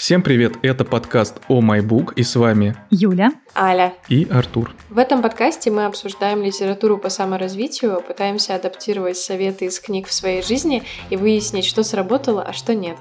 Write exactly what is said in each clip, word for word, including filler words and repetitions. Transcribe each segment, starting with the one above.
Всем привет, это подкаст «О май бук», и с вами Юля, Аля и Артур. В этом подкасте мы обсуждаем литературу по саморазвитию, пытаемся адаптировать советы из книг в своей жизни и выяснить, что сработало, а что нет.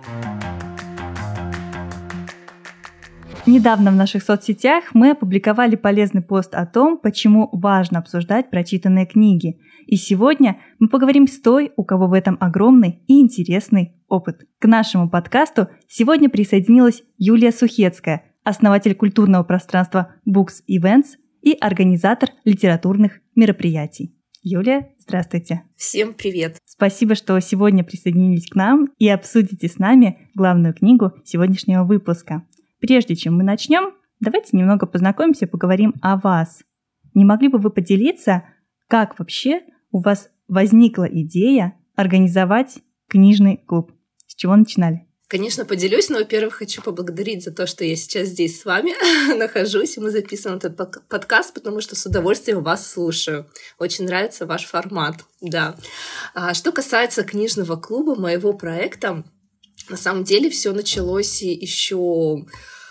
Недавно в наших соцсетях мы опубликовали полезный пост о том, почему важно обсуждать прочитанные книги. И сегодня мы поговорим с той, у кого в этом огромный и интересный опыт. К нашему подкасту сегодня присоединилась Юлия Сухецкая, основатель культурного пространства Books Events и организатор литературных мероприятий. Юлия, здравствуйте. Всем привет. Спасибо, что сегодня присоединились к нам и обсудите с нами главную книгу сегодняшнего выпуска. Прежде чем мы начнем, давайте немного познакомимся и поговорим о вас. Не могли бы вы поделиться, как вообще у вас возникла идея организовать книжный клуб? С чего начинали? Конечно, поделюсь, но, во-первых, хочу поблагодарить за то, что я сейчас здесь с вами нахожусь, и мы записываем этот подкаст, потому что с удовольствием вас слушаю. Очень нравится ваш формат, да. А что касается книжного клуба, моего проекта, на самом деле все началось еще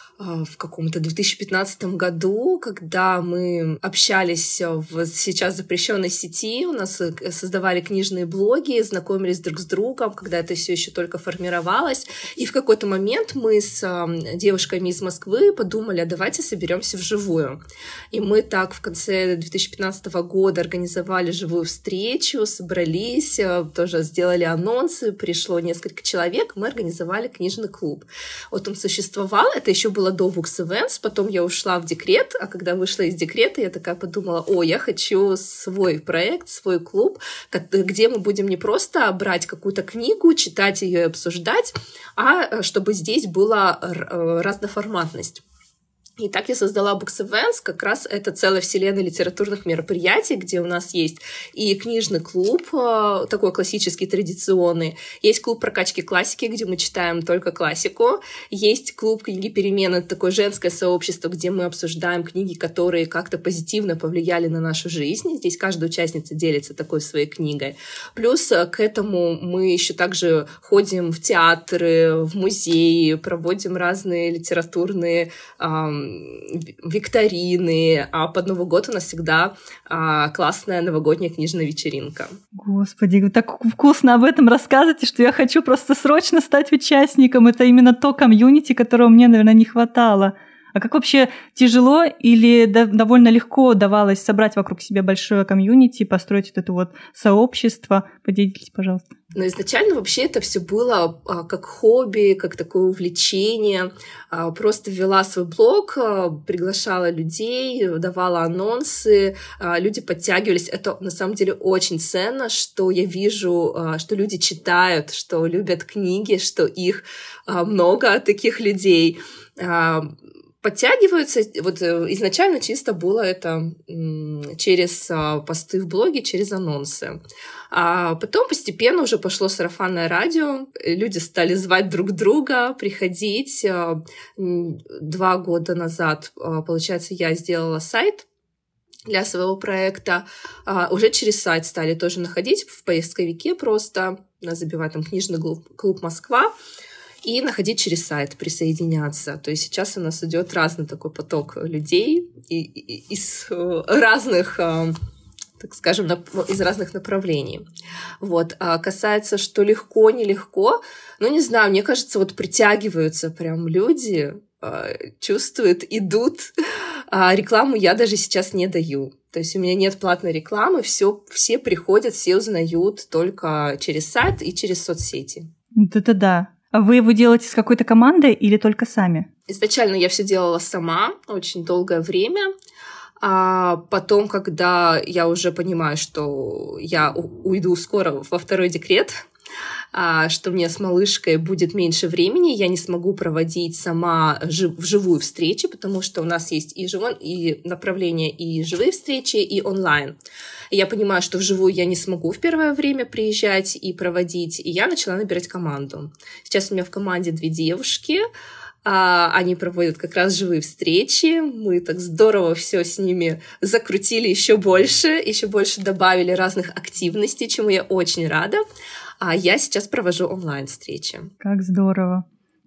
в каком-то две тысячи пятнадцатом году, когда мы общались в сейчас запрещенной сети, у нас создавали книжные блоги, знакомились друг с другом, когда это все еще только формировалось. И в какой-то момент мы с девушками из Москвы подумали, а давайте соберемся вживую. И мы так в конце две тысячи пятнадцатого года организовали живую встречу, собрались, тоже сделали анонсы, пришло несколько человек, мы организовали книжный клуб. Вот он существовал, это еще было до Books Events, потом я ушла в декрет, а когда вышла из декрета, я такая подумала, о, я хочу свой проект, свой клуб, где мы будем не просто брать какую-то книгу, читать ее и обсуждать, а чтобы здесь была разноформатность. И так я создала Books Events, как раз это целая вселенная литературных мероприятий, где у нас есть и книжный клуб, такой классический, традиционный, есть клуб прокачки классики, где мы читаем только классику, есть клуб книги перемен, это такое женское сообщество, где мы обсуждаем книги, которые как-то позитивно повлияли на нашу жизнь, здесь каждая участница делится такой своей книгой. Плюс к этому мы еще также ходим в театры, в музеи, проводим разные литературные викторины, а под Новый год у нас всегда а, классная новогодняя книжная вечеринка. Господи, вы так вкусно об этом рассказываете, что я хочу просто срочно стать участником. Это именно то комьюнити, которого мне, наверное, не хватало. А как вообще тяжело или довольно легко давалось собрать вокруг себя большое комьюнити, построить вот это вот сообщество? Поделитесь, пожалуйста. Но изначально вообще это все было а, как хобби, как такое увлечение. А, просто вела свой блог, а, приглашала людей, давала анонсы, а, люди подтягивались. Это на самом деле очень ценно, что я вижу, а, что люди читают, что любят книги, что их а, много таких людей. А, подтягиваются. Вот изначально чисто было это через посты в блоге, через анонсы. А потом постепенно уже пошло сарафанное радио, люди стали звать друг друга, приходить. Два года назад, получается, я сделала сайт для своего проекта. Уже через сайт стали тоже находить в поисковике просто, забивать там «Книжный клуб Москва», и находить через сайт, присоединяться. То есть сейчас у нас идет разный такой поток людей и, и, из разных, так скажем, из разных направлений. Вот. А касается, что легко, нелегко, ну, не знаю, мне кажется, вот притягиваются прям люди, чувствуют, идут. А рекламу я даже сейчас не даю. То есть у меня нет платной рекламы, все, все приходят, все узнают только через сайт и через соцсети. Вот это да. А вы его делаете с какой-то командой или только сами? Изначально я все делала сама очень долгое время. А потом, когда я уже понимаю, что я уйду скоро во второй декрет, что мне с малышкой будет меньше времени, я не смогу проводить сама вживую встречи, потому что у нас есть и, живон, и направление и живые встречи, и онлайн. И я понимаю, что вживую я не смогу в первое время приезжать и проводить, и я начала набирать команду. Сейчас у меня в команде две девушки, они проводят как раз живые встречи, мы так здорово все с ними закрутили еще больше, еще больше добавили разных активностей, чему я очень рада. А я сейчас провожу онлайн-встречи. Как здорово.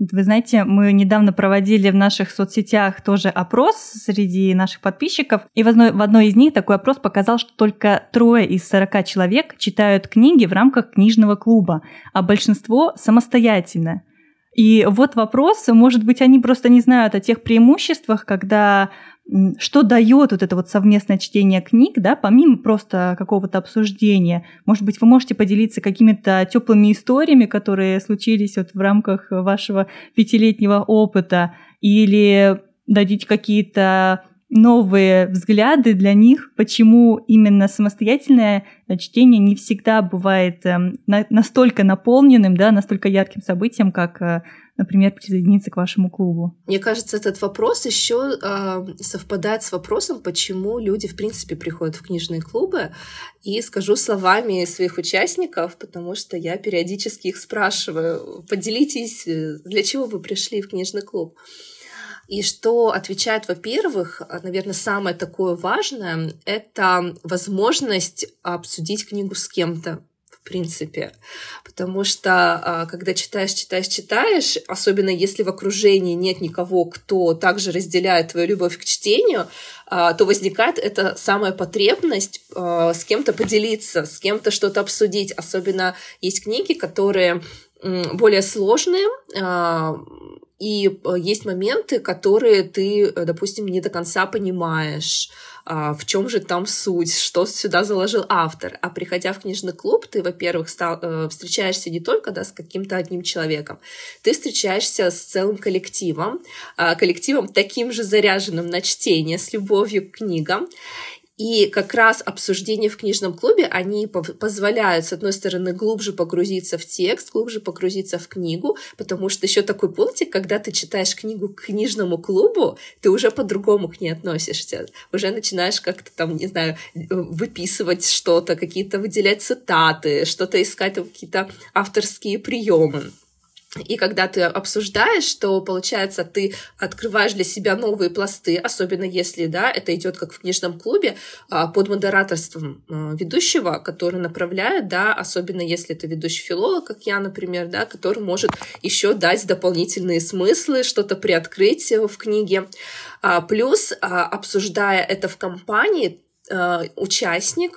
Вы знаете, мы недавно проводили в наших соцсетях тоже опрос среди наших подписчиков, и в одной, в одной из них такой опрос показал, что только трое из сорока человек читают книги в рамках книжного клуба, а большинство самостоятельно. И вот вопрос, может быть, они просто не знают о тех преимуществах, когда что дает вот это вот совместное чтение книг, да, помимо просто какого-то обсуждения. Может быть, вы можете поделиться какими-то теплыми историями, которые случились вот в рамках вашего пятилетнего опыта, или дадите какие-то новые взгляды для них, почему именно самостоятельное чтение не всегда бывает настолько наполненным, да, настолько ярким событием, как, например, присоединиться к вашему клубу. Мне кажется, этот вопрос еще э, совпадает с вопросом, почему люди, в принципе, приходят в книжные клубы. И скажу словами своих участников, потому что я периодически их спрашиваю: поделитесь, для чего вы пришли в книжный клуб? И что отвечает, во-первых, наверное, самое такое важное, это возможность обсудить книгу с кем-то, в принципе. Потому что, когда читаешь, читаешь, читаешь, особенно если в окружении нет никого, кто также разделяет твою любовь к чтению, то возникает эта самая потребность с кем-то поделиться, с кем-то что-то обсудить. Особенно есть книги, которые более сложные, и есть моменты, которые ты, допустим, не до конца понимаешь, в чем же там суть, что сюда заложил автор. А приходя в книжный клуб, ты, во-первых, стал, встречаешься не только, да, с каким-то одним человеком, ты встречаешься с целым коллективом, коллективом таким же заряженным на чтение, с любовью к книгам. И как раз обсуждения в книжном клубе, они позволяют, с одной стороны, глубже погрузиться в текст, глубже погрузиться в книгу, потому что еще такой пунктик, когда ты читаешь книгу к книжному клубу, ты уже по-другому к ней относишься, уже начинаешь как-то там, не знаю, выписывать что-то, какие-то выделять цитаты, что-то искать, какие-то авторские приемы. И когда ты обсуждаешь, то, получается, ты открываешь для себя новые пласты, особенно если, да, это идет как в книжном клубе, под модераторством ведущего, который направляет, да, особенно если это ведущий филолог, как я, например, да, который может еще дать дополнительные смыслы, что-то приоткрыть в книге. Плюс, обсуждая это в компании, участник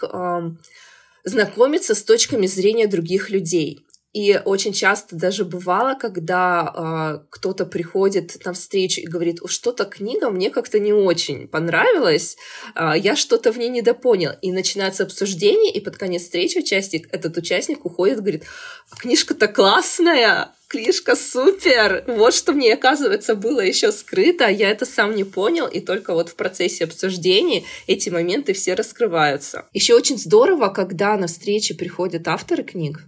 знакомится с точками зрения других людей. И очень часто даже бывало, когда э, кто-то приходит на встречу и говорит: что-то книга мне как-то не очень понравилась, э, я что-то в ней недопонял. И начинается обсуждение, и под конец встречи участник, этот участник уходит, говорит: книжка-то классная, книжка супер, вот что мне, оказывается, было еще скрыто, я это сам не понял, и только вот в процессе обсуждения эти моменты все раскрываются. Еще очень здорово, когда на встрече приходят авторы книг,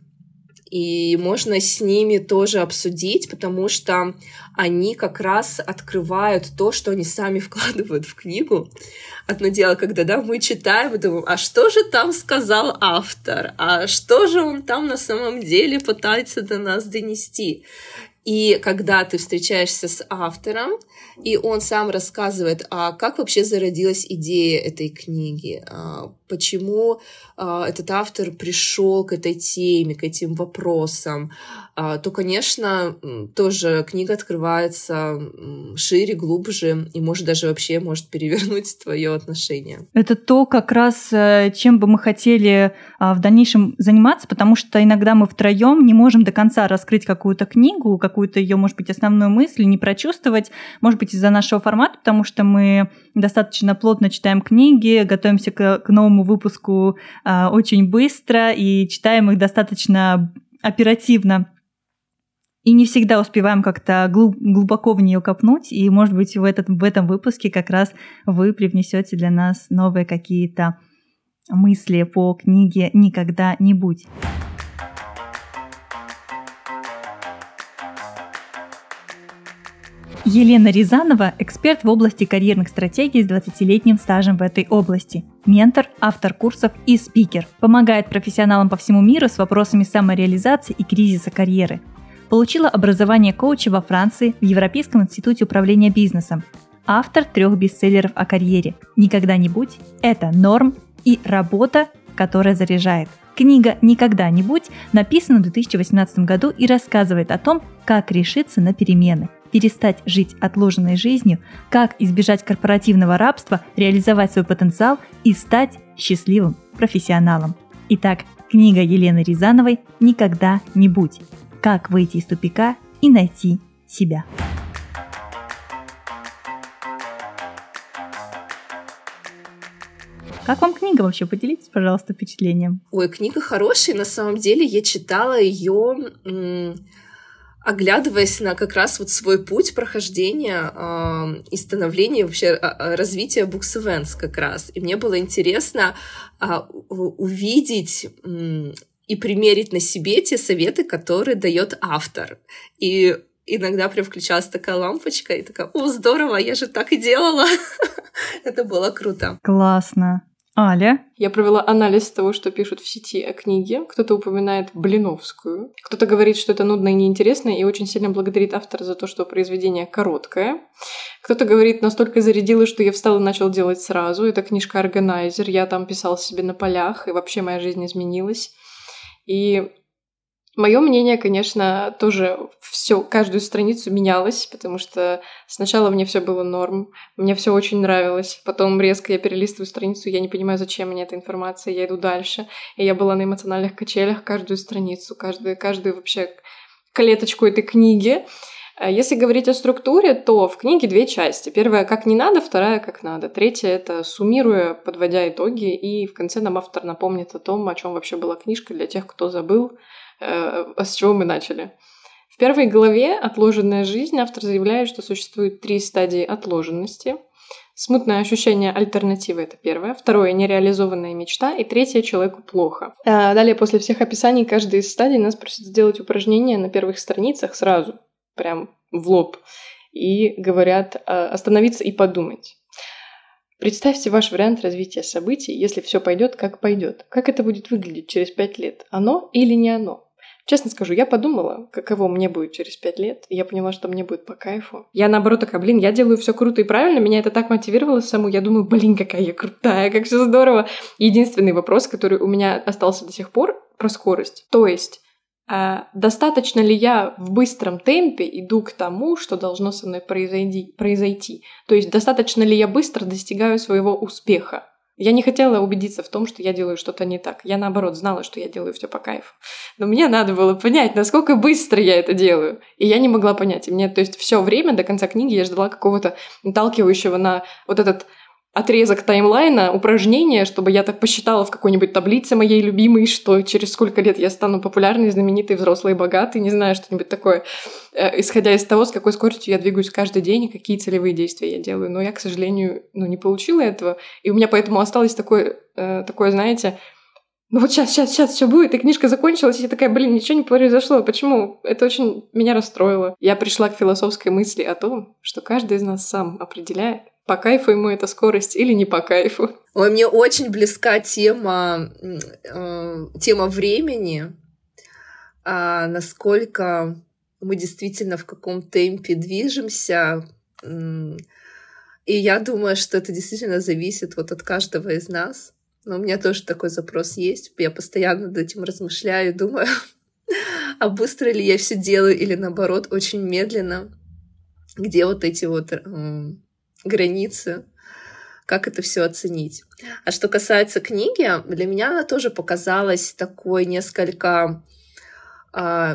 и можно с ними тоже обсудить, потому что они как раз открывают то, что они сами вкладывают в книгу. Одно дело, когда, да, мы читаем и думаем: а что же там сказал автор? А что же он там на самом деле пытается до нас донести? И когда ты встречаешься с автором, и он сам рассказывает, а как вообще зародилась идея этой книги, почему этот автор пришел к этой теме, к этим вопросам, то, конечно, тоже книга открывается шире, глубже, и может даже вообще может перевернуть твое отношение. Это то, как раз чем бы мы хотели в дальнейшем заниматься, потому что иногда мы втроем не можем до конца раскрыть какую-то книгу, какую-то ее, может быть, основную мысль, не прочувствовать, может быть, из-за нашего формата, потому что мы достаточно плотно читаем книги, готовимся к, к новому выпуску э, очень быстро и читаем их достаточно оперативно. И не всегда успеваем как-то глуб, глубоко в нее копнуть, и, может быть, в, этот, в этом выпуске как раз вы привнесете для нас новые какие-то мысли по книге «Никогда-нибудь». Елена Рязанова – эксперт в области карьерных стратегий с двадцатилетним стажем в этой области. Ментор, автор курсов и спикер. Помогает профессионалам по всему миру с вопросами самореализации и кризиса карьеры. Получила образование коуча во Франции в Европейском институте управления бизнесом. Автор трех бестселлеров о карьере. «Никогда-нибудь», «Это норм» и «Работа, которая заряжает». Книга «Никогда-нибудь» написана в две тысячи восемнадцатом году и рассказывает о том, как решиться на перемены, перестать жить отложенной жизнью, как избежать корпоративного рабства, реализовать свой потенциал и стать счастливым профессионалом. Итак, книга Елены Рязановой «Никогда-нибудь. Как выйти из тупика и найти себя». Как вам книга вообще? Поделитесь, пожалуйста, впечатлением. Ой, книга хорошая. На самом деле я читала ее, м- оглядываясь на как раз вот свой путь прохождения э- и становления, вообще э- развития Books Events как раз. И мне было интересно э- увидеть м- и примерить на себе те советы, которые дает автор. И иногда прям включалась такая лампочка и такая: о, здорово, я же так и делала. Это было круто. Классно. Аля? Я провела анализ того, что пишут в сети о книге. Кто-то упоминает Блиновскую. Кто-то говорит, что это нудно и неинтересно, и очень сильно благодарит автора за то, что произведение короткое. Кто-то говорит, настолько зарядило, что я встал и начал делать сразу. Это книжка «Органайзер». Я там писал себе на полях, и вообще моя жизнь изменилась. И мое мнение, конечно, тоже все, каждую страницу менялось, потому что сначала мне все было норм, мне все очень нравилось, потом резко я перелистываю страницу, я не понимаю, зачем мне эта информация, я иду дальше, и я была на эмоциональных качелях каждую страницу, каждую, каждую вообще клеточку этой книги. Если говорить о структуре, то в книге две части. Первая «Как не надо», вторая «Как надо». Третья — это суммируя, подводя итоги, и в конце нам автор напомнит о том, о чем вообще была книжка, для тех, кто забыл, с чего мы начали. В первой главе «Отложенная жизнь» автор заявляет, что существует три стадии отложенности. Смутное ощущение альтернативы — это первое. Второе — нереализованная мечта. И третье — человеку плохо. Далее, после всех описаний каждой из стадий, нас просят сделать упражнение на первых страницах сразу, прям в лоб. И говорят остановиться и подумать. Представьте ваш вариант развития событий, если все пойдет, как пойдет. Как это будет выглядеть через пять лет? Оно или не оно? Честно скажу, я подумала, каково мне будет через пять лет, и я поняла, что мне будет по кайфу. Я наоборот такая: блин, я делаю все круто и правильно, меня это так мотивировало саму. Я думаю, блин, какая я крутая, как все здорово. Единственный вопрос, который у меня остался до сих пор, про скорость. То есть, а достаточно ли я в быстром темпе иду к тому, что должно со мной произойти, произойти? То есть достаточно ли я быстро достигаю своего успеха? Я не хотела убедиться в том, что я делаю что-то не так. Я, наоборот, знала, что я делаю все по кайфу. Но мне надо было понять, насколько быстро я это делаю. И я не могла понять. И мне, то есть, все время до конца книги я ждала какого-то наталкивающего на вот этот отрезок таймлайна, упражнения, чтобы я так посчитала в какой-нибудь таблице моей любимой, что через сколько лет я стану популярной, знаменитой, взрослой, богатой, не знаю, что-нибудь такое, исходя из того, с какой скоростью я двигаюсь каждый день и какие целевые действия я делаю. Но я, к сожалению, ну, не получила этого, и у меня поэтому осталось такое, такое, знаете, ну вот сейчас, сейчас, сейчас все будет, и книжка закончилась, и я такая: блин, ничего не произошло. Почему? Это очень меня расстроило. Я пришла к философской мысли о том, что каждый из нас сам определяет, по кайфу ему эта скорость или не по кайфу. Ой, мне очень близка тема, э, тема времени, э, насколько мы действительно в каком темпе движемся. Э, и я думаю, что это действительно зависит вот от каждого из нас. Но у меня тоже такой запрос есть. Я постоянно над этим размышляю и думаю, а быстро ли я все делаю или, наоборот, очень медленно. Где вот эти вот э, границы, как это все оценить. А что касается книги, для меня она тоже показалась такой несколько... Э,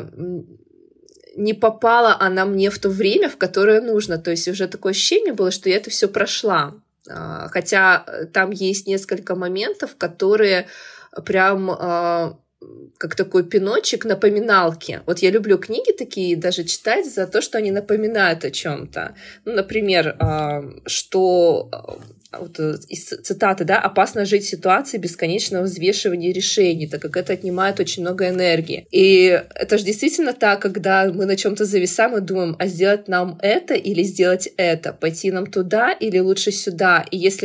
не попала она мне в то время, в которое нужно. То есть уже такое ощущение было, что я это все прошла. Хотя там есть несколько моментов, которые прям э, как такой пиночек, напоминалки. Вот я люблю книги такие даже читать за то, что они напоминают о чем-то. Ну, например, э, что вот из цитаты, да, опасно жить в ситуации бесконечного взвешивания решений, так как это отнимает очень много энергии. И это же действительно так, когда мы на чем-то зависаем и думаем, а сделать нам это или сделать это, пойти нам туда или лучше сюда. И если мы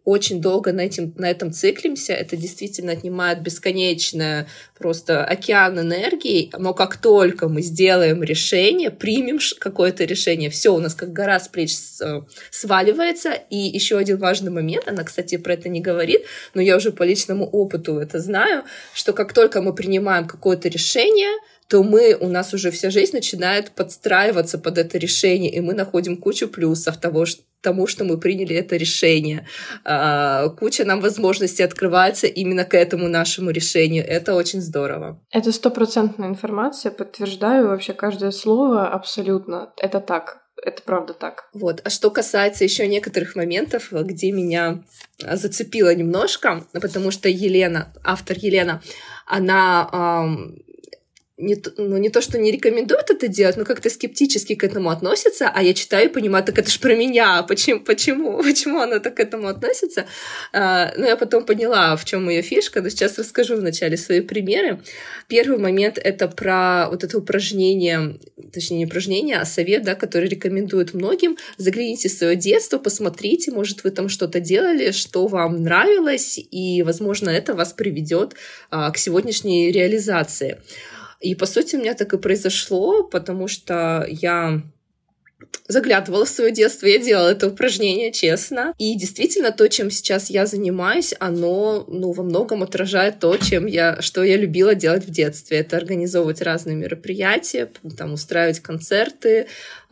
очень долго на, этим, на этом циклимся, это действительно отнимает бесконечное просто океан энергии, но как только мы сделаем решение, примем какое-то решение, все у нас как гора с плеч сваливается. И еще один важный момент, она, кстати, про это не говорит, но я уже по личному опыту это знаю, что как только мы принимаем какое-то решение, то мы, у нас уже вся жизнь начинает подстраиваться под это решение, и мы находим кучу плюсов того, что тому, что мы приняли это решение. А, куча нам возможностей открывается именно к этому нашему решению. Это очень здорово. Это стопроцентная информация, подтверждаю вообще каждое слово абсолютно. Это так. Это правда так. Вот. А что касается еще некоторых моментов, где меня зацепило немножко, потому что Елена, автор Елена, она... Эм, Не то, ну, не то, что не рекомендует это делать, но как-то скептически к этому относится, а я читаю и понимаю, так это ж про меня, почему, почему, почему она так к этому относится. А, ну, я потом поняла, в чем ее фишка, но сейчас расскажу вначале свои примеры. Первый момент — это про вот это упражнение, точнее, не упражнение, а совет, да, который рекомендует многим. Загляните в свое детство, посмотрите, может, вы там что-то делали, что вам нравилось, и, возможно, это вас приведет а, к сегодняшней реализации. И, по сути, у меня так и произошло, потому что я заглядывала в свое детство, я делала это упражнение, честно. И действительно, то, чем сейчас я занимаюсь, оно, ну, во многом отражает то, чем я, что я любила делать в детстве. Это организовывать разные мероприятия, там, устраивать концерты,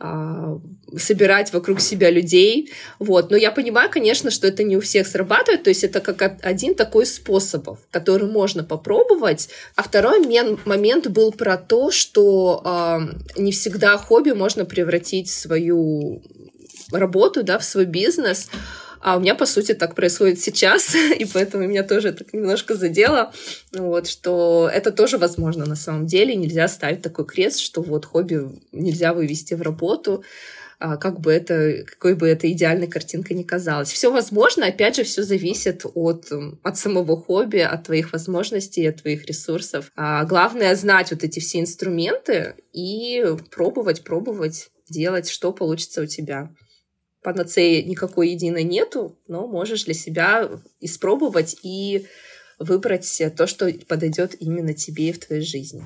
собирать вокруг себя людей. Вот. Но я понимаю, конечно, что это не у всех срабатывает, то есть это как один такой из способов, который можно попробовать. А второй момент был про то, что э, не всегда хобби можно превратить в свою работу, да, в свой бизнес. А у меня, по сути, так происходит сейчас, и поэтому меня тоже так немножко задело, вот, что это тоже возможно на самом деле. Нельзя ставить такой крест, что вот хобби нельзя вывести в работу, как бы это, какой бы это идеальной картинкой ни казалось. Все возможно, опять же, все зависит от, от самого хобби, от твоих возможностей, от твоих ресурсов. А главное знать вот эти все инструменты и пробовать, пробовать делать, что получится у тебя. Панацеи никакой единой нету, но можешь для себя испробовать и выбрать то, что подойдет именно тебе и в твоей жизни.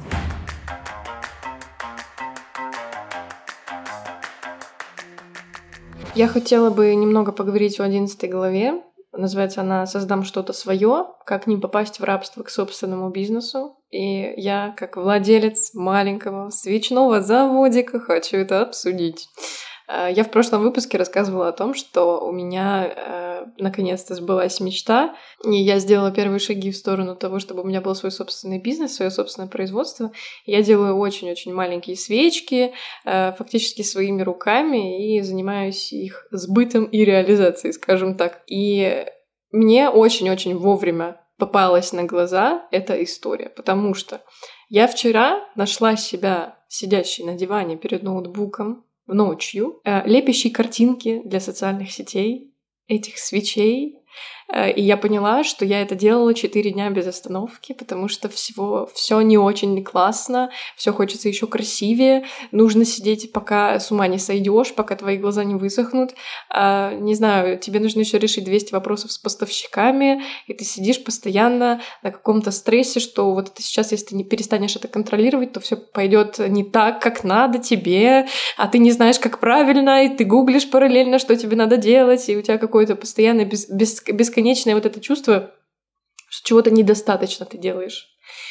Я хотела бы немного поговорить о одиннадцатой главе. Называется она «Создам что-то свое. Как не попасть в рабство к собственному бизнесу». И я, как владелец маленького свечного заводика, хочу это обсудить. Я в прошлом выпуске рассказывала о том, что у меня э, наконец-то сбылась мечта, и я сделала первые шаги в сторону того, чтобы у меня был свой собственный бизнес, свое собственное производство. Я делаю очень-очень маленькие свечки, э, фактически своими руками, и занимаюсь их сбытом и реализацией, скажем так. И мне очень-очень вовремя попалась на глаза эта история, потому что я вчера нашла себя сидящей на диване перед ноутбуком, ночью, э, лепящей картинки для социальных сетей, этих свечей. Э, и я поняла, что я это делала четыре дня без остановки, потому что всего, все не очень классно, все хочется еще красивее, нужно сидеть, пока с ума не сойдешь, пока твои глаза не высохнут. Э, не знаю, тебе нужно еще решить двести вопросов с поставщиками, и ты сидишь постоянно на каком-то стрессе, что вот это сейчас, если ты не перестанешь это контролировать, то все пойдет не так, как надо тебе, а ты не знаешь, как правильно, и ты гуглишь параллельно, что тебе надо делать, и у тебя какое-то постоянное без, без, бесконечное вот это чувство, что чего-то недостаточно ты делаешь.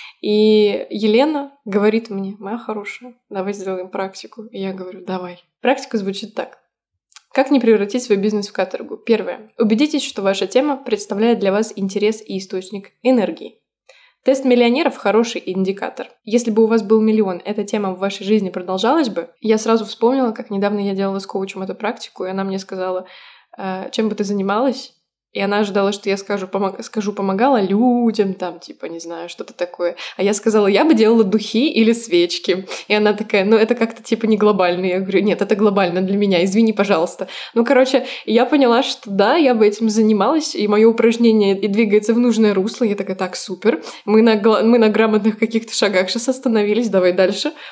И Елена говорит мне: моя хорошая, давай сделаем практику. И я говорю: давай. Практика звучит так. Как не превратить свой бизнес в каторгу? Первое. Убедитесь, что ваша тема представляет для вас интерес и источник энергии. Тест миллионеров – хороший индикатор. Если бы у вас был миллион, эта тема в вашей жизни продолжалась бы. Я сразу вспомнила, как недавно я делала с коучем эту практику, и она мне сказала: чем бы ты занималась? И она ожидала, что я скажу, помог... скажу, помогала людям, там, типа, не знаю, что-то такое. А я сказала: я бы делала духи или свечки. И она такая: ну, это как-то, типа, не глобально. Я говорю: нет, это глобально для меня, извини, пожалуйста. Ну, короче, я поняла, что да, я бы этим занималась, и мое упражнение и двигается в нужное русло. Я такая: так, супер. Мы на, мы на грамотных каких-то шагах сейчас остановились, давай дальше.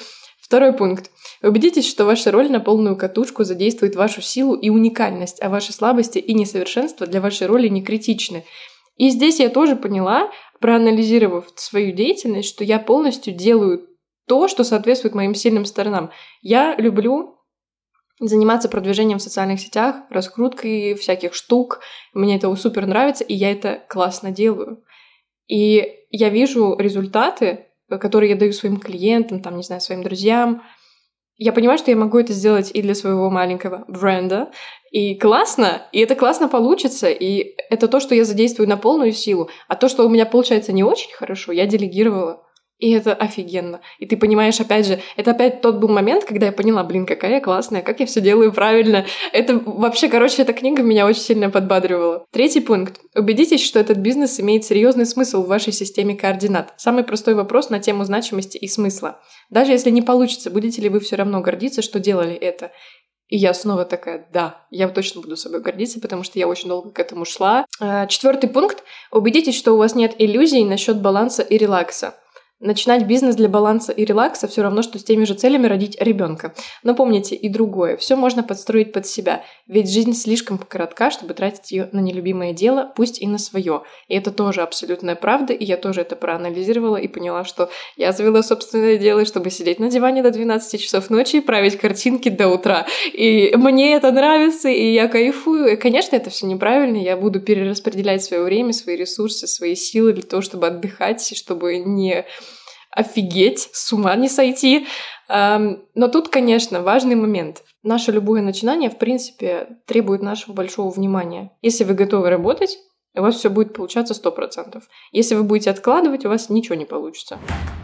Второй пункт. Убедитесь, что ваша роль на полную катушку задействует вашу силу и уникальность, а ваши слабости и несовершенства для вашей роли не критичны. И здесь я тоже поняла, проанализировав свою деятельность, что я полностью делаю то, что соответствует моим сильным сторонам. Я люблю заниматься продвижением в социальных сетях, раскруткой всяких штук. Мне это супер нравится, и я это классно делаю. И я вижу результаты, которые я даю своим клиентам, там, не знаю, своим друзьям. Я понимаю, что я могу это сделать и для своего маленького бренда. И классно, и это классно получится, и это то, что я задействую на полную силу. А то, что у меня получается не очень хорошо, я делегировала. И это офигенно. И ты понимаешь, опять же, это опять тот был момент, когда я поняла, блин, какая я классная, как я все делаю правильно. Это вообще, короче, эта книга меня очень сильно подбадривала. Третий пункт. Убедитесь, что этот бизнес имеет серьезный смысл в вашей системе координат. Самый простой вопрос на тему значимости и смысла. Даже если не получится, будете ли вы все равно гордиться, что делали это? И я снова такая, да, я точно буду собой гордиться, потому что я очень долго к этому шла. Четвертый пункт. Убедитесь, что у вас нет иллюзий насчет баланса и релакса. Начинать бизнес для баланса и релакса все равно, что с теми же целями родить ребенка. Но помните и другое. Все можно подстроить под себя. Ведь жизнь слишком коротка, чтобы тратить ее на нелюбимое дело, пусть и на свое. И это тоже абсолютная правда. И я тоже это проанализировала и поняла, что я завела собственное дело, чтобы сидеть на диване до двенадцати часов ночи и править картинки до утра. И мне это нравится, и я кайфую. И, конечно, это все неправильно. Я буду перераспределять свое время, свои ресурсы, свои силы для того, чтобы отдыхать, чтобы не офигеть, с ума не сойти. Но тут, конечно, важный момент. Наше любое начинание, в принципе, требует нашего большого внимания. Если вы готовы работать, у вас все будет получаться сто процентов. Если вы будете откладывать, у вас ничего не получится.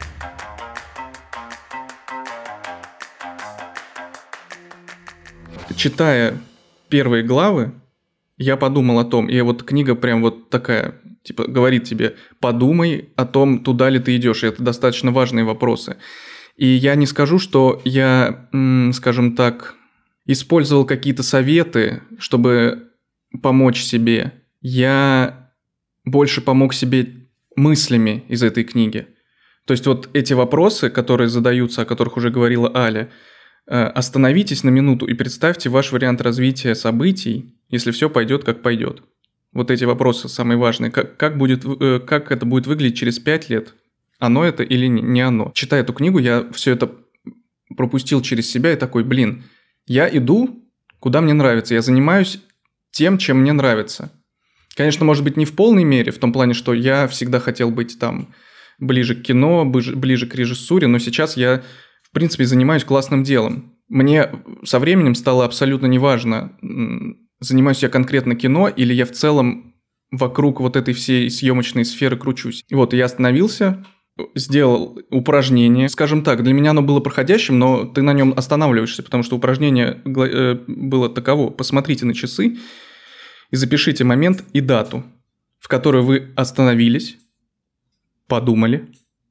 Читая первые главы, я подумал о том, и вот книга прям вот такая, типа, говорит тебе, подумай о том, туда ли ты идешь, и это достаточно важные вопросы. И я не скажу, что я, скажем так, использовал какие-то советы, чтобы помочь себе. Я больше помог себе мыслями из этой книги. То есть вот эти вопросы, которые задаются, о которых уже говорила Аля, остановитесь на минуту и представьте ваш вариант развития событий, если все пойдет как пойдет. Вот эти вопросы самые важные. Как, как, будет, как это будет выглядеть через пять лет? Оно это или не оно? Читая эту книгу, я все это пропустил через себя и такой, блин, я иду, куда мне нравится. Я занимаюсь тем, чем мне нравится. Конечно, может быть, не в полной мере, в том плане, что я всегда хотел быть там ближе к кино, ближе к режиссуре, но сейчас я, в принципе, занимаюсь классным делом. Мне со временем стало абсолютно неважно, занимаюсь я конкретно кино или я в целом вокруг вот этой всей съемочной сферы кручусь. Вот, и я остановился, сделал упражнение. Скажем так, для меня оно было проходящим, но ты на нем останавливаешься, потому что упражнение было таково. Посмотрите на часы и запишите момент и дату, в которой вы остановились, подумали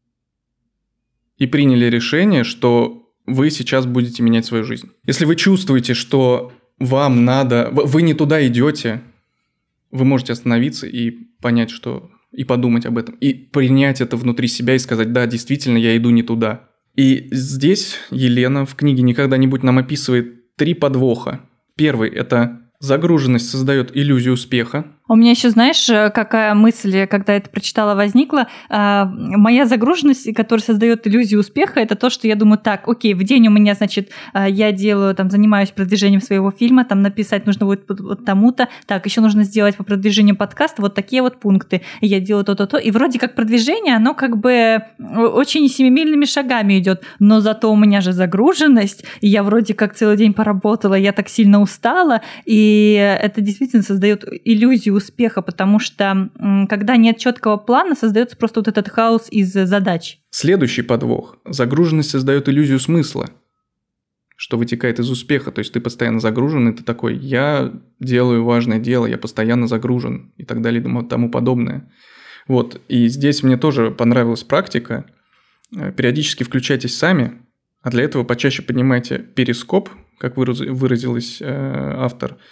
и приняли решение, что вы сейчас будете менять свою жизнь. Если вы чувствуете, что вам надо, вы не туда идете, вы можете остановиться и понять, что... и подумать об этом, и принять это внутри себя и сказать, да, действительно, я иду не туда. И здесь Елена в книге «Никогда не будь» нам описывает три подвоха. Первый – это загруженность создает иллюзию успеха. У меня еще, знаешь, какая мысль, когда это прочитала, возникла? Моя загруженность, которая создает иллюзию успеха, это то, что я думаю, так, окей, в день у меня, значит, я делаю, там, занимаюсь продвижением своего фильма, там, написать нужно будет вот тому-то, так, еще нужно сделать по продвижению подкаста вот такие вот пункты. И я делаю то-то-то. И вроде как продвижение, оно как бы очень семимильными шагами идет, но зато у меня же загруженность, и я вроде как целый день поработала, я так сильно устала, и это действительно создает иллюзию успеха, потому что когда нет четкого плана, создается просто вот этот хаос из задач. Следующий подвох. Загруженность создает иллюзию смысла, что вытекает из успеха. То есть ты постоянно загружен, и ты такой, я делаю важное дело, я постоянно загружен и так далее и тому подобное. Вот. И здесь мне тоже понравилась практика. Периодически включайтесь сами, а для этого почаще поднимайте перископ, как выразилась автор,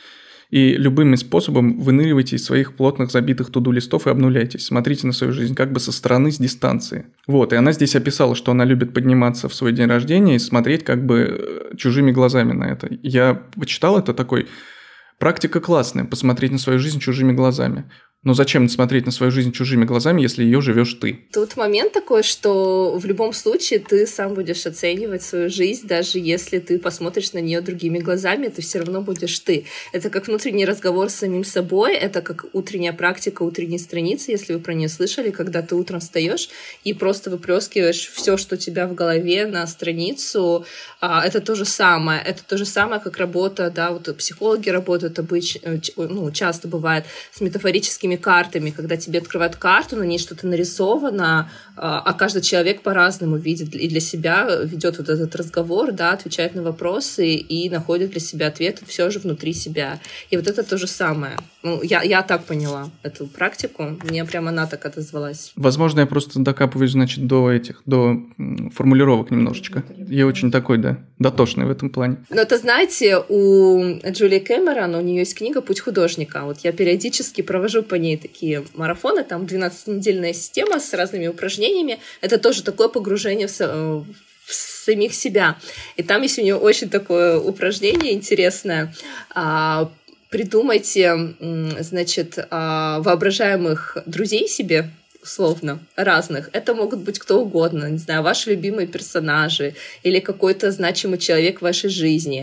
И любым способом выныривайте из своих плотных забитых туду-листов и обнуляйтесь. Смотрите на свою жизнь как бы со стороны, с дистанции. Вот, и она здесь описала, что она любит подниматься в свой день рождения и смотреть как бы чужими глазами на это. Я почитал это, такой, практика классная, посмотреть на свою жизнь чужими глазами. Но зачем смотреть на свою жизнь чужими глазами, если ее живешь ты? Тут момент такой, что в любом случае ты сам будешь оценивать свою жизнь, даже если ты посмотришь на нее другими глазами, ты все равно будешь ты. Это как внутренний разговор с самим собой, это как утренняя практика утренней страницы, если вы про нее слышали, когда ты утром встаешь и просто выплескиваешь все, что у тебя в голове, на страницу. Это то же самое. Это то же самое, как работа, да, вот психологи работают обычно, ну, часто бывает с метафорическими картами, когда тебе открывают карту, на ней что-то нарисовано, а каждый человек по-разному видит и для себя ведет вот этот разговор, да, отвечает на вопросы и находит для себя ответы все же внутри себя. И вот это то же самое. Ну, я, я так поняла эту практику, мне прямо она так отозвалась. Возможно, я просто докапываюсь, значит, до этих, до формулировок немножечко. Я очень такой, да, дотошный в этом плане. Но это, знаете, у Джулии Кэмерон, у нее есть книга «Путь художника». Вот я периодически провожу по ней такие марафоны, там двенадцатинедельная система с разными упражнениями. Это тоже такое погружение в, в самих себя. И там есть у нее очень такое упражнение интересное. Придумайте, значит, воображаемых друзей себе, условно, разных. Это могут быть кто угодно, не знаю, ваши любимые персонажи или какой-то значимый человек в вашей жизни.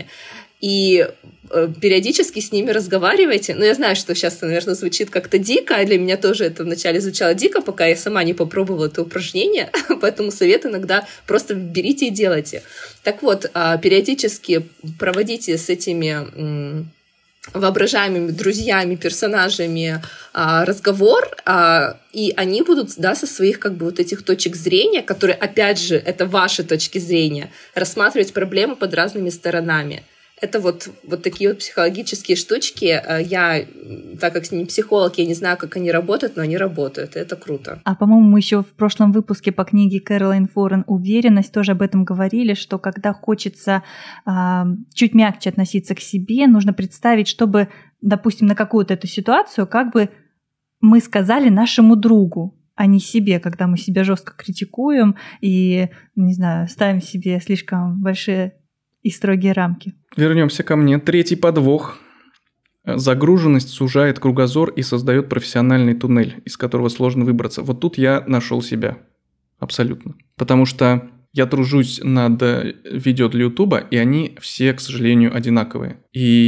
И э, периодически с ними разговаривайте. Но я знаю, что сейчас это, наверное, звучит как-то дико, а для меня тоже это вначале звучало дико, пока я сама не попробовала это упражнение, поэтому совет иногда просто берите и делайте. Так вот, э, периодически проводите с этими э, воображаемыми друзьями, персонажами э, разговор, э, и они будут, да, со своих как бы вот этих точек зрения, которые, опять же, это ваши точки зрения, рассматривать проблемы под разными сторонами. Это вот, вот такие вот психологические штучки. Я, так как не психолог, я не знаю, как они работают, но они работают, и это круто. А, по-моему, мы еще в прошлом выпуске по книге Кэролайн Форен «Уверенность» тоже об этом говорили, что когда хочется а, чуть мягче относиться к себе, нужно представить, чтобы, допустим, на какую-то эту ситуацию, как бы мы сказали нашему другу, а не себе, когда мы себя жестко критикуем и, не знаю, ставим себе слишком большие и строгие рамки. Вернемся ко мне. Третий подвох. Загруженность сужает кругозор и создает профессиональный туннель, из которого сложно выбраться. Вот тут я нашел себя. Абсолютно. Потому что я тружусь над видео для Ютуба, и они все, к сожалению, одинаковые.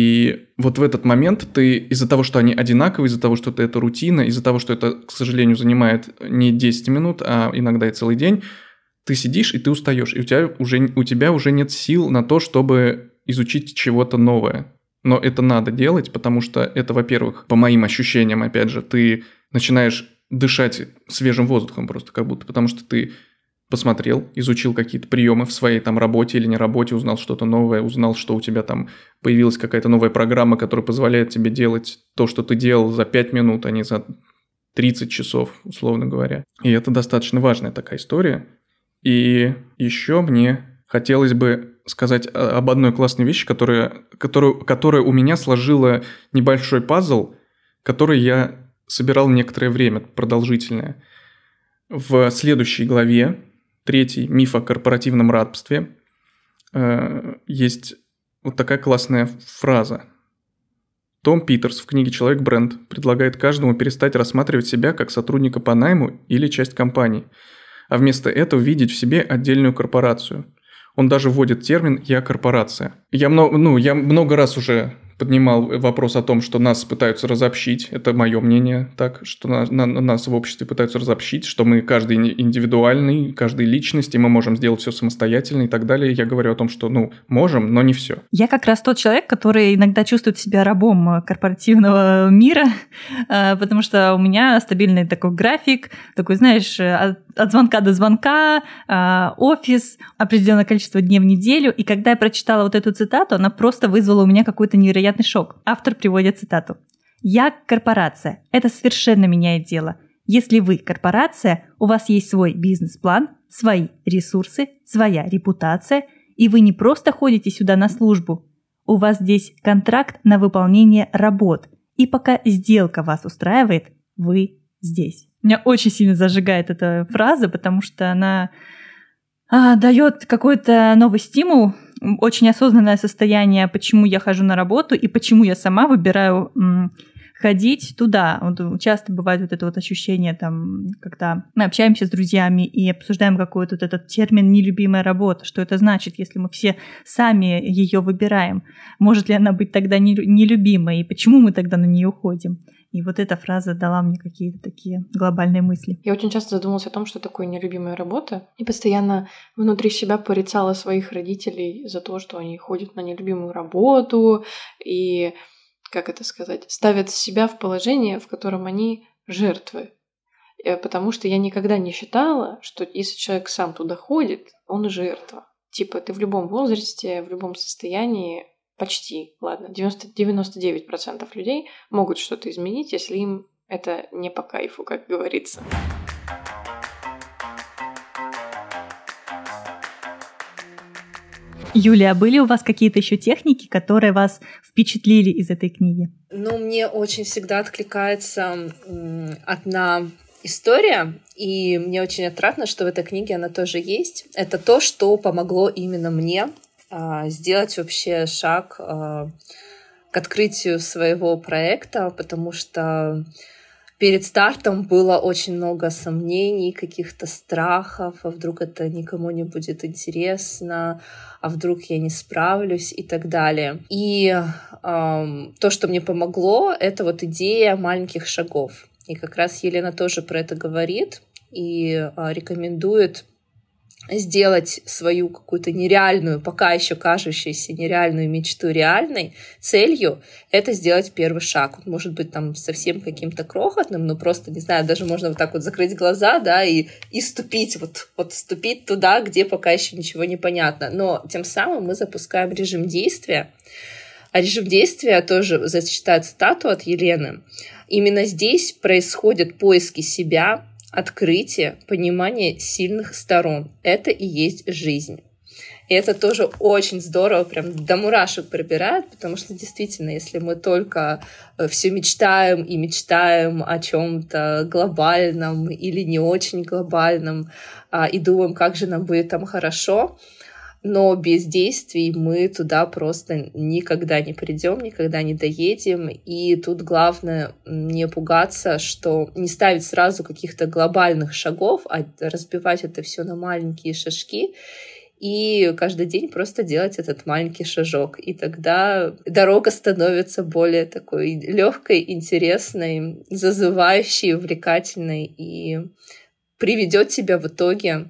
И вот в этот момент ты из-за того, что они одинаковые, из-за того, что это рутина, из-за того, что это, к сожалению, занимает не десять минут, а иногда и целый день, ты сидишь и ты устаешь, и у тебя уже, у тебя уже нет сил на то, чтобы изучить чего-то новое. Но это надо делать, потому что это, во-первых, по моим ощущениям, опять же, ты начинаешь дышать свежим воздухом просто как будто, потому что ты посмотрел, изучил какие-то приемы в своей там работе или не работе, узнал что-то новое, узнал, что у тебя там появилась какая-то новая программа, которая позволяет тебе делать то, что ты делал за пять минут, а не за тридцать часов, условно говоря. И это достаточно важная такая история. И еще мне хотелось бы сказать об одной классной вещи, которая, которую, которая у меня сложила небольшой пазл, который я собирал некоторое время, продолжительное. В следующей главе, третий «Миф о корпоративном рабстве», есть вот такая классная фраза. Том Питерс в книге «Человек-бренд» предлагает каждому перестать рассматривать себя как сотрудника по найму или часть компании, а вместо этого видеть в себе отдельную корпорацию. Он даже вводит термин «я корпорация». Я много, ну, я много раз уже поднимал вопрос о том, что нас пытаются разобщить. Это мое мнение, так, что на, на, нас в обществе пытаются разобщить, что мы каждый индивидуальный, каждый личность, и мы можем сделать все самостоятельно и так далее. Я говорю о том, что, ну, можем, но не все. Я как раз тот человек, который иногда чувствует себя рабом корпоративного мира, потому что у меня стабильный такой график, такой, знаешь, от, от звонка до звонка, офис, определенное количество дней в неделю. И когда я прочитала вот эту цитату, она просто вызвала у меня какой-то невероятный шок. Автор приводит цитату. «Я корпорация. Это совершенно меняет дело. Если вы корпорация, у вас есть свой бизнес-план, свои ресурсы, своя репутация, и вы не просто ходите сюда на службу. у вас здесь контракт на выполнение работ, и пока сделка вас устраивает, вы здесь. Меня очень сильно зажигает эта фраза, потому что она а, дает какой-то новый стимул, очень осознанное состояние, почему я хожу на работу и почему я сама выбираю м, ходить туда. Вот часто бывает вот это вот ощущение, там, когда мы общаемся с друзьями и обсуждаем какой-то вот этот термин «нелюбимая работа». Что это значит, если мы все сами ее выбираем? Может ли она быть тогда нелюбимой? И почему мы тогда на нее ходим? И вот эта фраза дала мне какие-то такие глобальные мысли. Я очень часто задумалась о том, что такое нелюбимая работа, и постоянно внутри себя порицала своих родителей за то, что они ходят на нелюбимую работу и, как это сказать, ставят себя в положение, в котором они жертвы. Потому что я никогда не считала, что если человек сам туда ходит, он жертва. Типа ты в любом возрасте, в любом состоянии, почти, ладно, девяносто, девяносто девять процентов людей могут что-то изменить, если им это не по кайфу, как говорится. Юлия, а были у вас какие-то еще техники, которые вас впечатлили из этой книги? Ну, мне очень всегда откликается одна история, и мне очень отрадно, что в этой книге она тоже есть. Это то, что помогло именно мне сделать вообще шаг к открытию своего проекта, потому что перед стартом было очень много сомнений, каких-то страхов, а вдруг это никому не будет интересно, а вдруг я не справлюсь и так далее. И э, то, что мне помогло, это вот идея маленьких шагов. И как раз Елена тоже про это говорит и э, рекомендует сделать свою какую-то нереальную, пока еще кажущуюся нереальную мечту реальной, целью — это сделать первый шаг. Он может быть там совсем каким-то крохотным, но просто, не знаю, даже можно вот так вот закрыть глаза, да, и, и ступить, вот, вот ступить туда, где пока еще ничего не понятно. Но тем самым мы запускаем режим действия. А режим действия, тоже зачитаю цитату от Елены, именно здесь происходят поиски себя, открытие, понимание сильных сторон. Это и есть жизнь. И это тоже очень здорово, прям до мурашек пробирает, потому что действительно, если мы только все мечтаем и мечтаем о чем-то глобальном или не очень глобальном, и думаем, как же нам будет там хорошо, но без действий мы туда просто никогда не придем, никогда не доедем. И тут главное не пугаться, что не ставить сразу каких-то глобальных шагов, а разбивать это все на маленькие шажки и каждый день просто делать этот маленький шажок. И тогда дорога становится более такой легкой, интересной, зазывающей, увлекательной и приведет тебя в итоге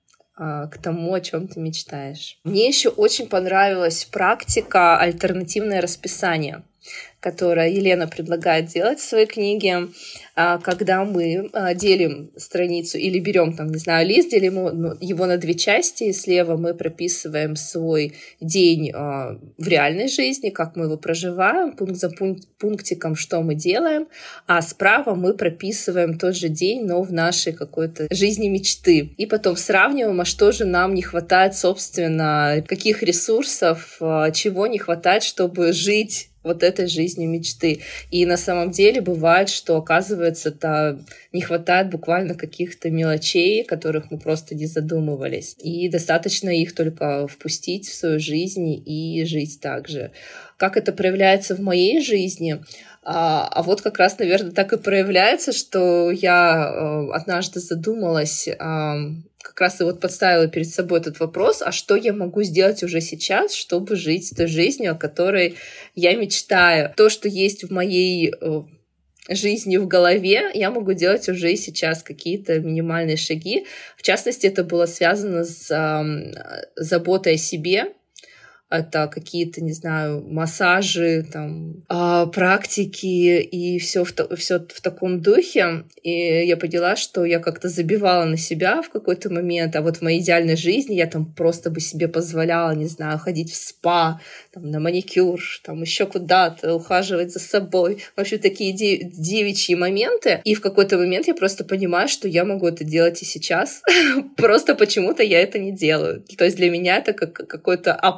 к тому, о чем ты мечтаешь. Мне еще очень понравилась практика «Альтернативное расписание», которое Елена предлагает делать в своей книге, когда мы делим страницу или берем, там, не знаю, лист, делим его на две части, и слева мы прописываем свой день в реальной жизни, как мы его проживаем, пункт за пунктиком, что мы делаем, а справа мы прописываем тот же день, но в нашей какой-то жизни мечты. И потом сравниваем, а что же нам не хватает, собственно, каких ресурсов, чего не хватает, чтобы жить вот этой жизнью мечты. И на самом деле бывает, что, оказывается-то, не хватает буквально каких-то мелочей, которых мы просто не задумывались. И достаточно их только впустить в свою жизнь и жить так же. Как это проявляется в моей жизни? А, а вот как раз, наверное, так и проявляется, что я э, однажды задумалась, э, как раз и вот подставила перед собой этот вопрос, а что я могу сделать уже сейчас, чтобы жить той жизнью, о которой я мечтаю. То, что есть в моей э, жизни в голове, я могу делать уже и сейчас какие-то минимальные шаги. В частности, это было связано с э, заботой о себе. Это какие-то, не знаю, массажи, там, практики и все в, все в таком духе. И я поняла, что я как-то забивала на себя в какой-то момент, а вот в моей идеальной жизни я там просто бы себе позволяла, не знаю, ходить в спа, там, на маникюр, там, еще куда-то, ухаживать за собой. В общем, такие девичьи моменты. И в какой-то момент я просто понимаю, что я могу это делать и сейчас. Просто почему-то я это не делаю. То есть для меня это как какой-то up-level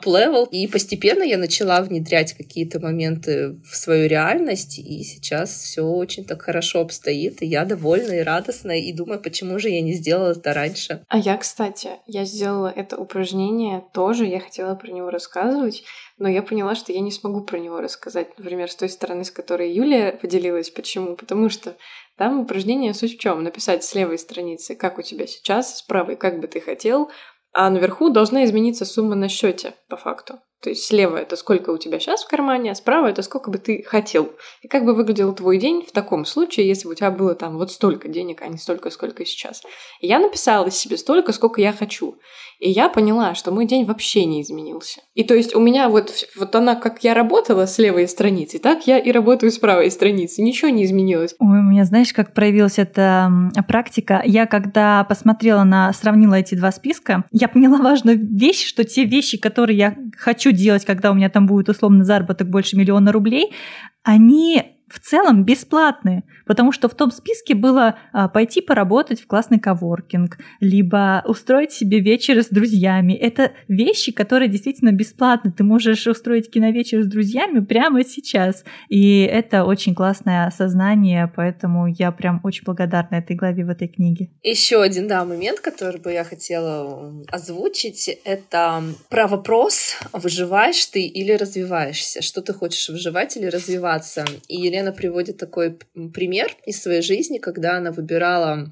сделал. И постепенно я начала внедрять какие-то моменты в свою реальность, и сейчас все очень так хорошо обстоит, и я довольна и радостна, и думаю, почему же я не сделала это раньше. А я, кстати, я сделала это упражнение тоже, я хотела про него рассказывать, но я поняла, что я не смогу про него рассказать, например, с той стороны, с которой Юлия поделилась. Почему? Потому что там упражнение суть в чем? Написать с левой страницы, как у тебя сейчас, с правой, как бы ты хотел, а наверху должна измениться сумма на счете по факту. То есть слева это сколько у тебя сейчас в кармане, а справа это сколько бы ты хотел. И как бы выглядел твой день в таком случае, если бы у тебя было там вот столько денег, а не столько, сколько сейчас. И я написала себе столько, сколько я хочу. И я поняла, что мой день вообще не изменился. И то есть у меня вот, вот она, как я работала с левой страницы, так я и работаю с правой страницы. Ничего не изменилось. Ой, у меня, знаешь, как проявилась эта практика? Я когда посмотрела на, сравнила эти два списка, я поняла важную вещь, что те вещи, которые я хочу делать, когда у меня там будет условно заработок больше миллиона рублей, они в целом бесплатные, потому что в том списке было а, пойти поработать в классный коворкинг, либо устроить себе вечер с друзьями. Это вещи, которые действительно бесплатны. Ты можешь устроить киновечер с друзьями прямо сейчас. И это очень классное осознание, поэтому я прям очень благодарна этой главе в этой книге. Еще один, да, момент, который бы я хотела озвучить, это про вопрос, выживаешь ты или развиваешься, что ты хочешь, выживать или развиваться. И Елена приводит такой пример из своей жизни, когда она выбирала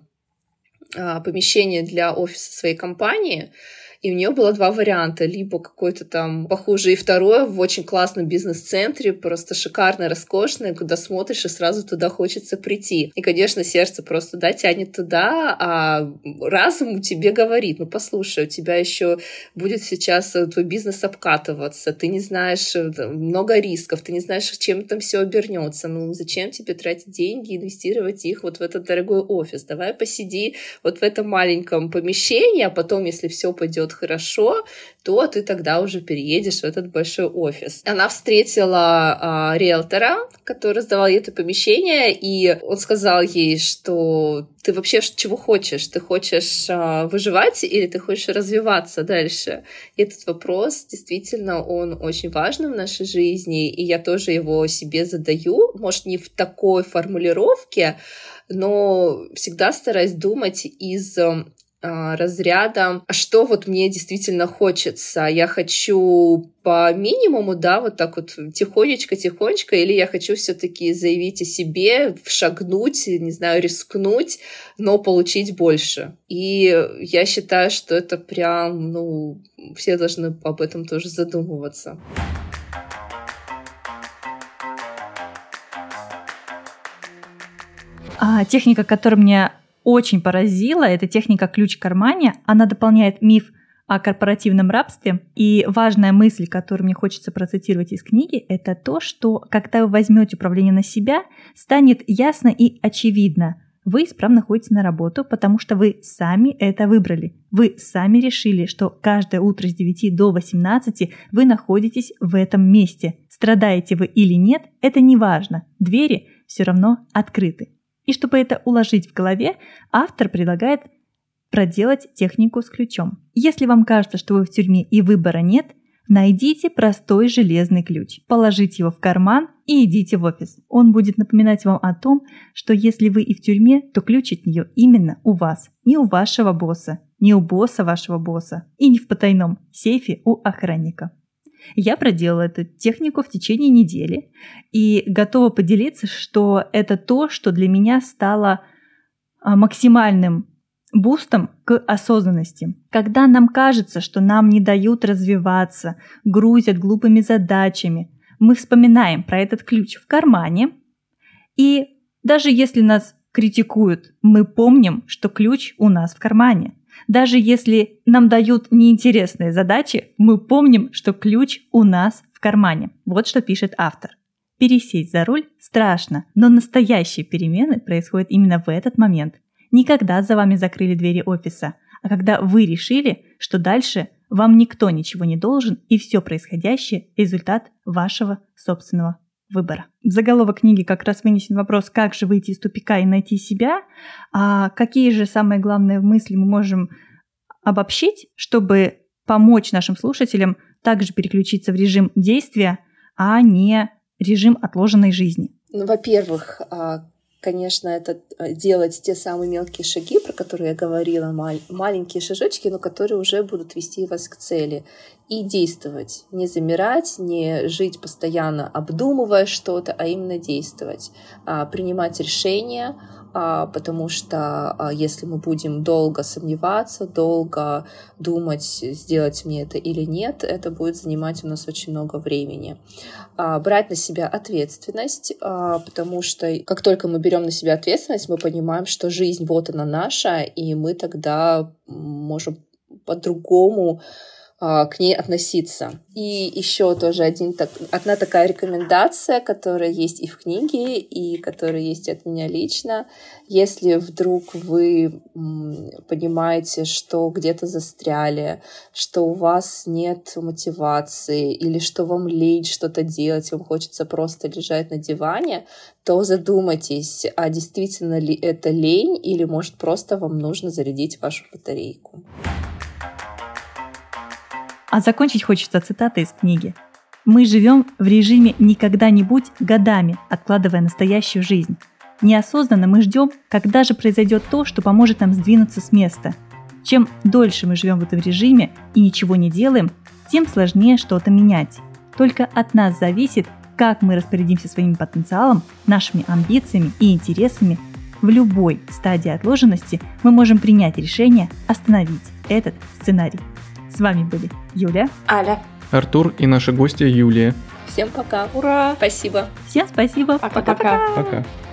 а, помещение для офиса своей компании, и у нее было два варианта. Либо какой-то там похуже, и второе в очень классном бизнес-центре, просто шикарное, роскошное, куда смотришь, и сразу туда хочется прийти. И, конечно, сердце просто, да, тянет туда, а разум тебе говорит, ну, послушай, у тебя еще будет сейчас твой бизнес обкатываться, ты не знаешь, много рисков, ты не знаешь, чем там все обернется. Ну, зачем тебе тратить деньги, инвестировать их вот в этот дорогой офис? Давай посиди вот в этом маленьком помещении, а потом, если все пойдет хорошо, то ты тогда уже переедешь в этот большой офис. Она встретила а, риэлтора, который сдавал ей это помещение, и он сказал ей, что ты вообще чего хочешь? Ты хочешь а, выживать или ты хочешь развиваться дальше? И этот вопрос, действительно, он очень важен в нашей жизни, и я тоже его себе задаю, может, не в такой формулировке, но всегда стараюсь думать из разряда, что вот мне действительно хочется. Я хочу по минимуму, да, вот так вот тихонечко-тихонечко, или я хочу все-таки заявить о себе, шагнуть, не знаю, рискнуть, но получить больше. И я считаю, что это прям, ну, все должны об этом тоже задумываться. А, техника, которая мне очень поразила, это техника ключ к кармане. Она дополняет миф о корпоративном рабстве. И важная мысль, которую мне хочется процитировать из книги, это то, что когда вы возьмете управление на себя, станет ясно и очевидно. Вы исправно ходите на работу, потому что вы сами это выбрали. Вы сами решили, что каждое утро с девяти до восемнадцати вы находитесь в этом месте. Страдаете вы или нет, это не важно. Двери все равно открыты. И чтобы это уложить в голове, автор предлагает проделать технику с ключом. Если вам кажется, что вы в тюрьме и выбора нет, найдите простой железный ключ, положите его в карман и идите в офис. Он будет напоминать вам о том, что если вы и в тюрьме, то ключ от нее именно у вас, не у вашего босса, не у босса вашего босса и не в потайном сейфе у охранника. Я проделала эту технику в течение недели и готова поделиться, что это то, что для меня стало максимальным бустом к осознанности. Когда нам кажется, что нам не дают развиваться, грузят глупыми задачами, мы вспоминаем про этот ключ в кармане, и даже если нас критикуют, мы помним, что ключ у нас в кармане. Даже если нам дают неинтересные задачи, мы помним, что ключ у нас в кармане. Вот что пишет автор. Пересесть за руль страшно, но настоящие перемены происходят именно в этот момент. Не когда за вами закрыли двери офиса, а когда вы решили, что дальше вам никто ничего не должен, и все происходящее – результат вашего собственного выбора. В заголовок книги как раз вынесен вопрос, как же выйти из тупика и найти себя, а какие же самые главные мысли мы можем обобщить, чтобы помочь нашим слушателям также переключиться в режим действия, а не режим отложенной жизни? Ну, во-первых, конечно, это делать те самые мелкие шаги, про которые я говорила, маленькие шажочки, но которые уже будут вести вас к цели. И действовать, не замирать, не жить постоянно обдумывая что-то, а именно действовать, принимать решения, потому что если мы будем долго сомневаться, долго думать, сделать мне это или нет, это будет занимать у нас очень много времени. Брать на себя ответственность, потому что как только мы берем на себя ответственность, мы понимаем, что жизнь вот она наша, и мы тогда можем по-другому к ней относиться. И еще тоже один, так, одна такая рекомендация, которая есть и в книге, и которая есть от меня лично. Если вдруг вы понимаете, что где-то застряли, что у вас нет мотивации, или что вам лень что-то делать, вам хочется просто лежать на диване, то задумайтесь, а действительно ли это лень, или, может, просто вам нужно зарядить вашу батарейку. А закончить хочется цитатой из книги. «Мы живем в режиме «никогда не будь» годами, откладывая настоящую жизнь. Неосознанно мы ждем, когда же произойдет то, что поможет нам сдвинуться с места. Чем дольше мы живем в этом режиме и ничего не делаем, тем сложнее что-то менять. Только от нас зависит, как мы распорядимся своим потенциалом, нашими амбициями и интересами. В любой стадии отложенности мы можем принять решение остановить этот сценарий». С вами были Юля, Аля, Артур и наша гостья Юлия. Всем пока. Ура! Спасибо. Всем спасибо. Пока-пока. Пока.